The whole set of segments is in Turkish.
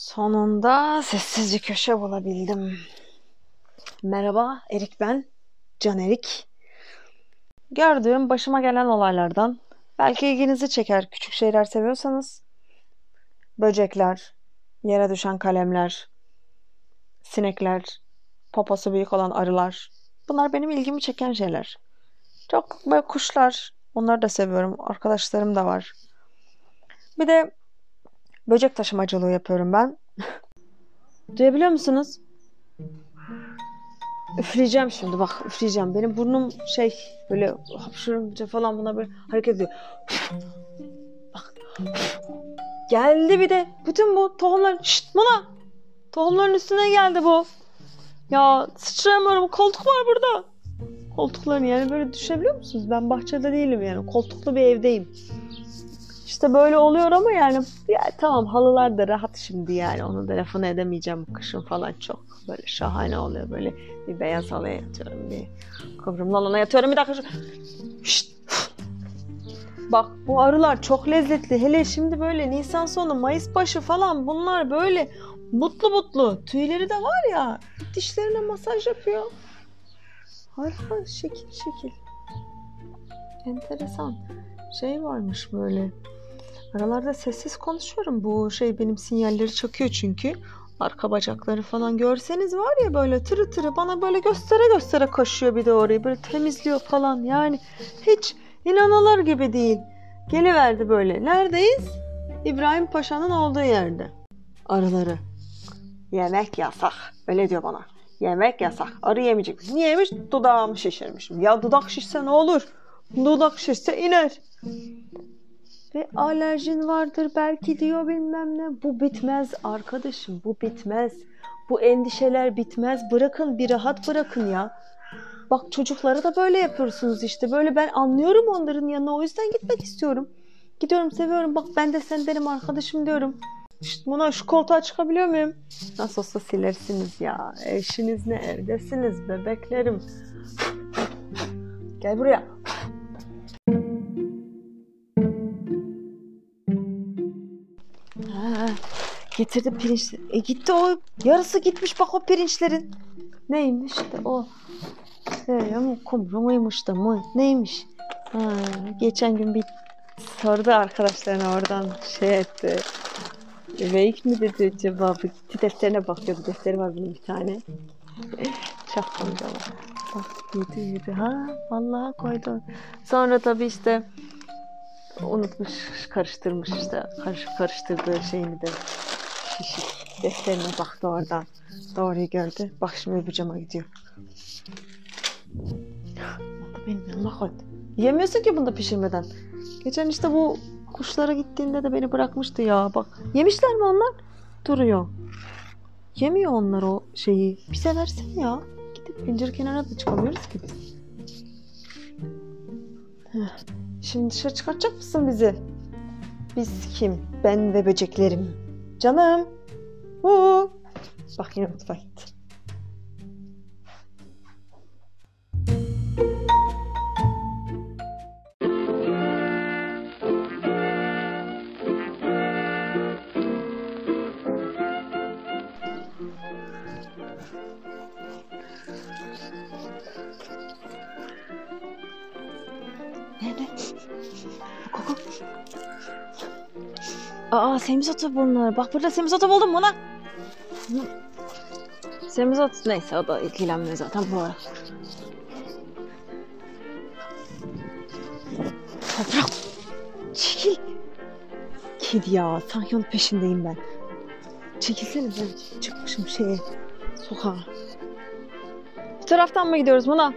Sonunda sessizce köşe bulabildim. Merhaba, Erik ben. Can Erik. Gördüğüm başıma gelen olaylardan belki ilginizi çeker küçük şeyler seviyorsanız. Böcekler, yere düşen kalemler, sinekler, poposu büyük olan arılar. Bunlar benim ilgimi çeken şeyler. Çok böyle kuşlar, onları da seviyorum. Arkadaşlarım da var. Bir de böcek taşımacılığı yapıyorum ben. Duyabiliyor musunuz? Üfleyeceğim şimdi bak üfleyeceğim. Benim burnum böyle hapşırınca falan buna böyle hareket ediyor. Bak. Geldi bir de. Bütün bu tohumlar. Şşt Mona. Tohumların üstüne geldi bu. Ya sıçrayamıyorum. Koltuk var burada. Koltukların yani böyle düşünebiliyor musunuz? Ben bahçede değilim yani. Koltuklu bir evdeyim. İşte böyle oluyor ama yani ya tamam halılar da rahat şimdi yani. Onu da lafını edemeyeceğim. Kışın falan çok böyle şahane oluyor. Böyle bir beyaz halıya yatıyorum. Bir kıvrımlı alana yatıyorum. Bir dakika. Şşt. Bak bu arılar çok lezzetli. Hele şimdi böyle Nisan sonu Mayıs başı falan bunlar böyle mutlu mutlu. Tüyleri de var ya. Dişlerine masaj yapıyor. Harika şekil şekil. Enteresan. Varmış böyle. Aralarda sessiz konuşuyorum. Bu benim sinyalleri çakıyor çünkü. Arka bacakları falan görseniz var ya böyle tırı tırı bana böyle göstere göstere koşuyor bir de orayı. Böyle temizliyor falan yani. Hiç inanılır gibi değil. Geliverdi böyle. Neredeyiz? İbrahim Paşa'nın olduğu yerde. Arıları. Yemek yasak. Öyle diyor bana. Yemek yasak. Arı yemeyecek. Niye yemiş? Dudağımı şişirmişim. Ya dudak şişse ne olur? Dudak şişse iner. Ve alerjin vardır belki diyor bilmem ne. Bu bitmez arkadaşım, bu bitmez. Bu endişeler bitmez. Bırakın bir rahat bırakın ya. Bak çocuklara da böyle yapıyorsunuz işte. Böyle ben anlıyorum onların yanına. O yüzden gitmek istiyorum. Gidiyorum seviyorum. Bak ben de sendenim arkadaşım diyorum. İşte buna şu koltuğa çıkabiliyor muyum? Nasıl olsa silersiniz ya. Eşiniz ne evdesiniz bebeklerim. Gel buraya. Getirdi pirinç. Gitti o. Yarısı gitmiş bak o pirinçlerin. Neymiş de o. Kumru muymuş da mı? Neymiş? Geçen gün bir sordu arkadaşlarına oradan etti. Veik mi dedi acaba? Gitti defterine bakıyordu. Defteri var bunun bir tane. Çok komik ama. Bak yedi. Ha vallahi koydu. Sonra tabii işte unutmuş, karıştırmış işte. Karıştırdığı şeyini de şişik defterine baktı oradan. Doğruyu gördü. Bak şimdi öbür cama gidiyor. Onu da benim yanıma koydu. Yemiyorsun ki bunu da pişirmeden. Geçen işte bu kuşlara gittiğinde de beni bırakmıştı ya. Bak yemişler mi onlar? Duruyor. Yemiyor onlar o şeyi. Bize versene ya. Gidip pencere kenarına da çıkamıyoruz ki biz. Şimdi dışarı çıkartacak mısın bizi? Biz kim? Ben ve böceklerim. Canım. Bak yine mutfağa gitti. Nerede? Koku. Semizotu bunlar. Bak burada semizotu buldum mu lan? Semizot neyse o da ilgilenmiyor zaten bu ara. Toprak. Çekil. Kedi ya. Sanki onun peşindeyim ben. Çekilsene ben çıkmışım sokağa. Bu taraftan mı gidiyoruz Muna?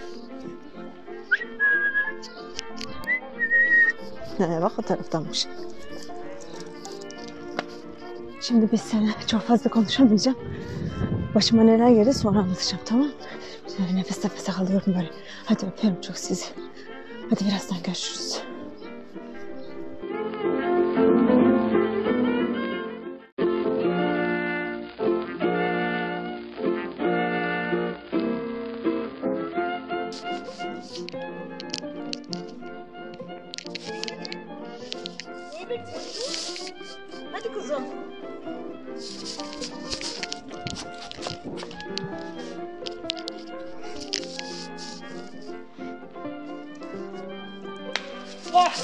Bak o taraftanmış. Şimdi biz seninle çok fazla konuşamayacağım. Başıma neler geldi sonra anlatacağım tamam mı? Nefes nefese kalıyorum böyle. Hadi öpüyorum çok sizi. Hadi birazdan görüşürüz. Hadi kuzum. Oh.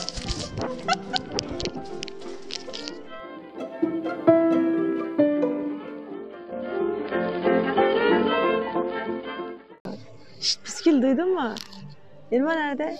Şşt, Piskil duydun mu? Irma nerede?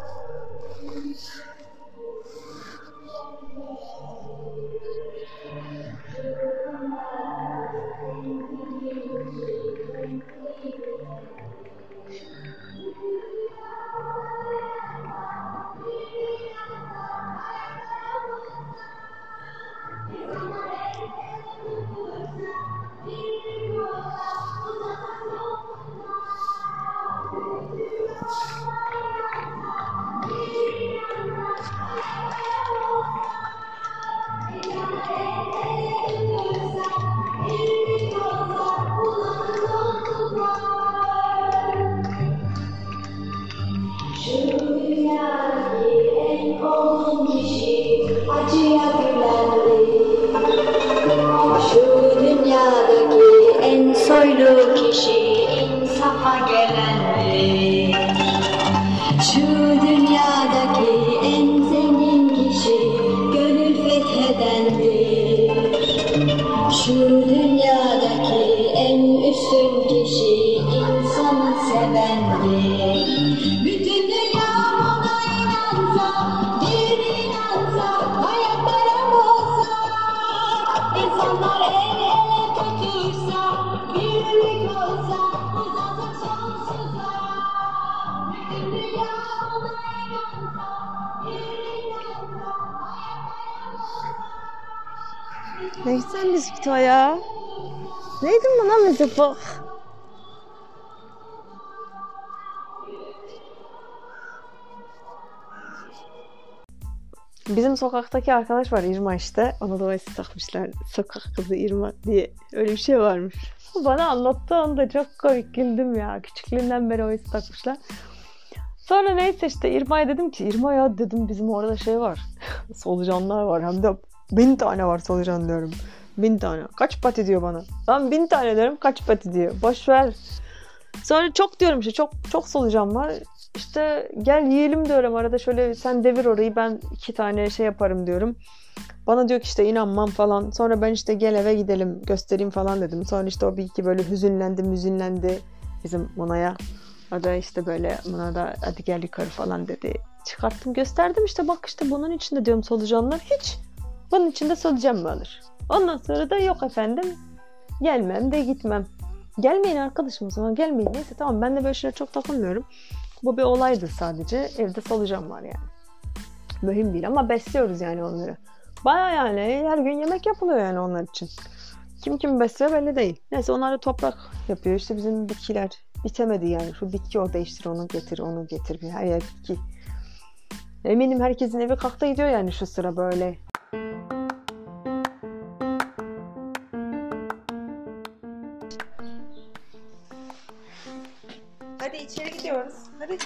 Şu dünyadaki en soylu kişi insafa gelendi. Şu dünyadaki en zengin kişi gönül fethedendi. Şu dünyadaki en üstün kişi insanı sevendi. Bütün dünya ona inansa, bir inansa, hayatlarım olsa, insanlar el ele tutuşsa, birlik olsa, uzansak sonsuza. Bütün dünya ona inansa, bir inansa, hayatlarım olsa. Ne güzel müzik o ya. Neydi bana müzik bu? Bizim sokaktaki arkadaş var İrma işte. Ona da o isim takmışlar. Sokak kızı İrma diye. Öyle bir şey varmış. Bana anlattı anda çok komik güldüm ya. Küçüklüğünden beri o isim takmışlar. Sonra neyse işte İrma'ya dedim ki İrma ya dedim bizim orada şey var. Solucanlar var. Hem de 1000 tane var solucan diyorum. 1000 tane. Kaç pati diyor bana. Ben 1000 tane diyorum kaç pati diyor. Boş ver. Sonra çok diyorum işte çok solucan var. İşte gel yiyelim diyorum arada şöyle sen devir orayı ben 2 tane şey yaparım diyorum. Bana diyor ki işte inanmam falan. Sonra ben işte gel eve gidelim göstereyim falan dedim. Sonra işte o bir iki böyle hüzünlendi bizim Muna'ya. O da işte böyle Muna da hadi gel yukarı falan dedi. Çıkarttım gösterdim işte bak işte bunun içinde diyorum solucanlar hiç. Bunun içinde solucan mı alır? Ondan sonra da yok efendim gelmem de gitmem. Gelmeyin arkadaşım o zaman gelmeyin. Neyse tamam ben de böyle şeylere çok takılmıyorum. Bu bir olaydı sadece. Evde solucan var yani. Mühim değil ama besliyoruz yani onları. Baya yani her gün yemek yapılıyor yani onlar için. Kim besliyor belli değil. Neyse onlar da toprak yapıyor. İşte bizim bitkiler bitemedi yani. Şu bitki o değiştir onu getir. Bir her yer bitki. Eminim herkesin evi kalkta gidiyor yani şu sıra böyle. Hadi içeri gidiyoruz. Hadi.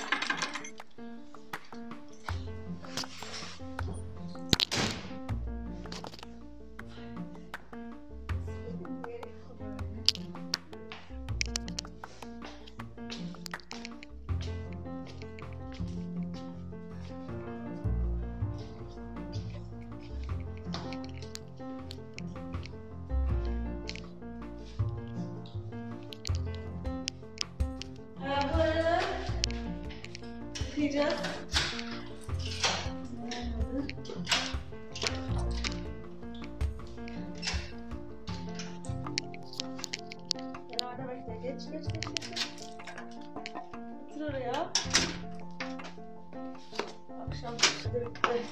Ayaklarını yıkayacağız. Kenarda bekle. Geç. Otur oraya. Akşam bitti.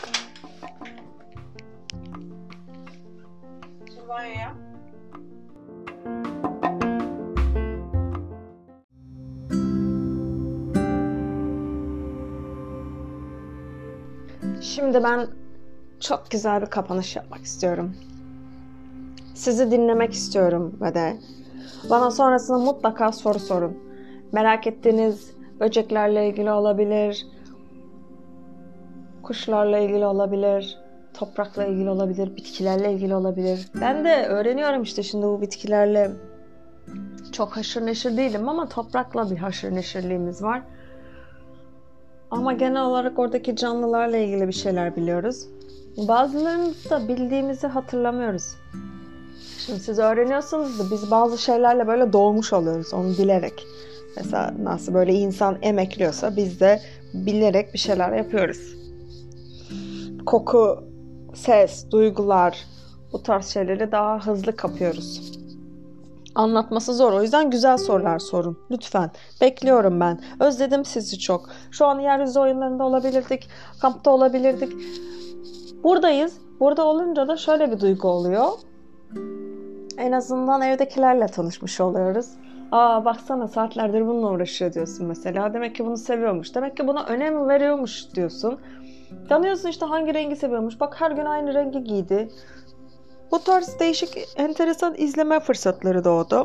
Şu banyoya. Şimdi ben çok güzel bir kapanış yapmak istiyorum. Sizi dinlemek istiyorum ve de bana sonrasında mutlaka soru sorun. Merak ettiğiniz böceklerle ilgili olabilir, kuşlarla ilgili olabilir, toprakla ilgili olabilir, bitkilerle ilgili olabilir. Ben de öğreniyorum işte şimdi bu bitkilerle. Çok haşır neşir değilim ama toprakla bir haşır neşirliğimiz var. Ama genel olarak oradaki canlılarla ilgili bir şeyler biliyoruz. Bazılarını da bildiğimizi hatırlamıyoruz. Şimdi siz öğreniyorsunuz da biz bazı şeylerle böyle doğmuş oluyoruz onu bilerek. Mesela nasıl böyle insan emekliyorsa biz de bilerek bir şeyler yapıyoruz. Koku, ses, duygular bu tarz şeyleri daha hızlı kapıyoruz. Anlatması zor. O yüzden güzel sorular sorun. Lütfen. Bekliyorum ben. Özledim sizi çok. Şu an yeryüzü oyunlarında olabilirdik. Kampta olabilirdik. Buradayız. Burada olunca da şöyle bir duygu oluyor. En azından evdekilerle tanışmış oluyoruz. Aa baksana saatlerdir bununla uğraşıyor diyorsun mesela. Demek ki bunu seviyormuş. Demek ki buna önem veriyormuş diyorsun. Tanıyorsun işte hangi rengi seviyormuş. Bak her gün aynı rengi giydi. Bu tarz değişik, enteresan izleme fırsatları doğdu.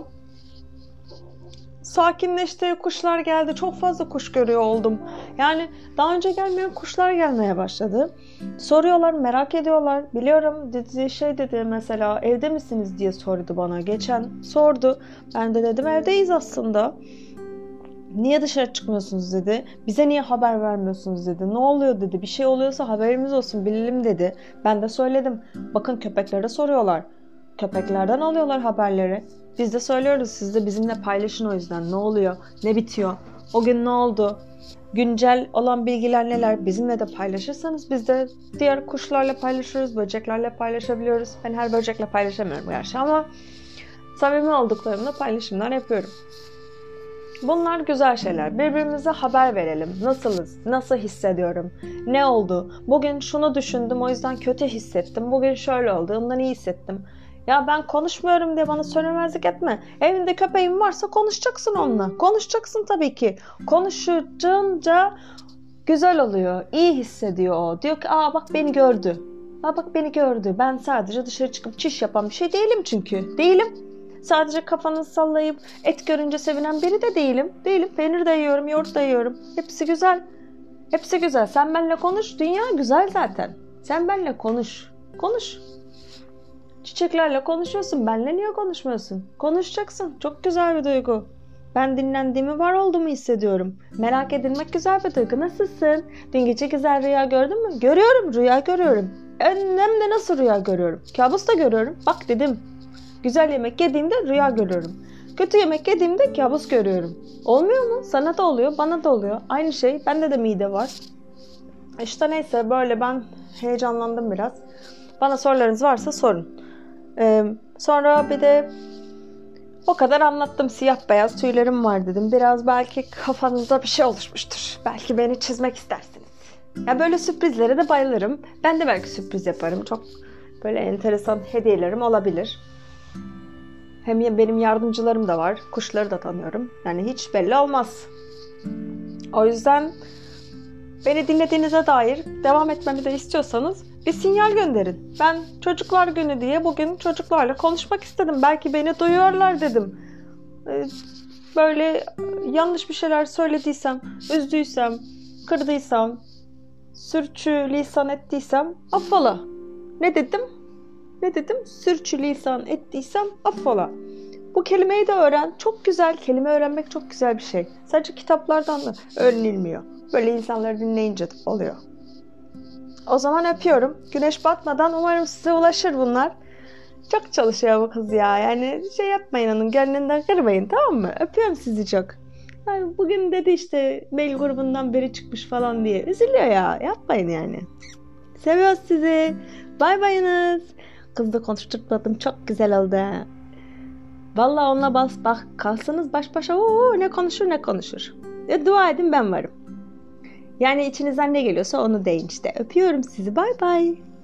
Sakinleşti, kuşlar geldi. Çok fazla kuş görüyor oldum. Yani daha önce gelmeyen kuşlar gelmeye başladı. Soruyorlar, merak ediyorlar. Biliyorum dedi mesela evde misiniz diye sordu bana. Geçen sordu. Ben de dedim evdeyiz aslında. Niye dışarı çıkmıyorsunuz dedi. Bize niye haber vermiyorsunuz dedi. Ne oluyor dedi. Bir şey oluyorsa haberimiz olsun bilelim dedi. Ben de söyledim. Bakın köpeklere soruyorlar. Köpeklerden alıyorlar haberleri. Biz de söylüyoruz. Siz de bizimle paylaşın o yüzden. Ne oluyor? Ne bitiyor? O gün ne oldu? Güncel olan bilgiler neler? Bizimle de paylaşırsanız biz de diğer kuşlarla paylaşıyoruz. Böceklerle paylaşabiliyoruz. Ben her böcekle paylaşamıyorum gerçi ama samimi olduklarımla paylaşımlar yapıyorum. Bunlar güzel şeyler. Birbirimize haber verelim. Nasılız? Nasıl hissediyorum? Ne oldu? Bugün şunu düşündüm o yüzden kötü hissettim. Bugün şöyle oldu. Ondan iyi hissettim. Ya ben konuşmuyorum diye bana söylemezlik etme. Evinde köpeğin varsa konuşacaksın onunla. Konuşacaksın tabii ki. Konuşunca güzel oluyor. İyi hissediyor o. Diyor ki aa bak beni gördü. Aa bak beni gördü. Ben sadece dışarı çıkıp çiş yapan bir şey değilim çünkü. Değilim. Sadece kafanı sallayıp et görünce sevinen biri de değilim. Değilim. Peynir de yiyorum, yoğurt da yiyorum. Hepsi güzel. Hepsi güzel. Sen benimle konuş. Dünya güzel zaten. Sen benimle konuş. Konuş. Çiçeklerle konuşuyorsun. Benimle niye konuşmuyorsun? Konuşacaksın. Çok güzel bir duygu. Ben dinlendiğimi, var olduğumu hissediyorum. Merak edilmek güzel bir duygu. Nasılsın? Dün gece güzel rüya gördün mü? Görüyorum. Rüya görüyorum. Hem de nasıl rüya görüyorum? Kabus da görüyorum. Bak dedim. Güzel yemek yediğimde rüya görüyorum. Kötü yemek yediğimde kabus görüyorum. Olmuyor mu? Sana da oluyor, bana da oluyor. Aynı şey. Bende de mide var. İşte neyse böyle ben heyecanlandım biraz. Bana sorularınız varsa sorun. Sonra bir de o kadar anlattım. Siyah beyaz tüylerim var dedim. Biraz belki kafanızda bir şey oluşmuştur. Belki beni çizmek istersiniz. Ya böyle sürprizlere de bayılırım. Ben de belki sürpriz yaparım. Çok böyle enteresan hediyelerim olabilir. Hem benim yardımcılarım da var. Kuşları da tanıyorum. Yani hiç belli olmaz. O yüzden beni dinlediğinize dair devam etmemi de istiyorsanız bir sinyal gönderin. Ben çocuklar günü diye bugün çocuklarla konuşmak istedim. Belki beni duyuyorlar dedim. Böyle yanlış bir şeyler söylediysem, üzdüysem, kırdıysam, sürçülisan ettiysem affola. Ne dedim? Sürçülisan ettiysem affola. Bu kelimeyi de öğren. Çok güzel. Kelime öğrenmek çok güzel bir şey. Sadece kitaplardan da öğrenilmiyor. Böyle insanları dinleyince oluyor. O zaman öpüyorum. Güneş batmadan umarım size ulaşır bunlar. Çok çalışıyor bu kız ya. Yani şey yapmayın onun gönlünden kırmayın, tamam mı? Öpüyorum sizi çok. Yani bugün dedi işte mail grubundan biri çıkmış falan diye. Üzülüyor ya. Yapmayın yani. Seviyoruz sizi. Bay bayınız. Kızla konuşturtmadım. Çok güzel oldu. Vallahi onunla bak kalsanız baş başa ne konuşur. Dua edin ben varım. Yani içinizden ne geliyorsa onu deyin işte. Öpüyorum sizi. Bay bay.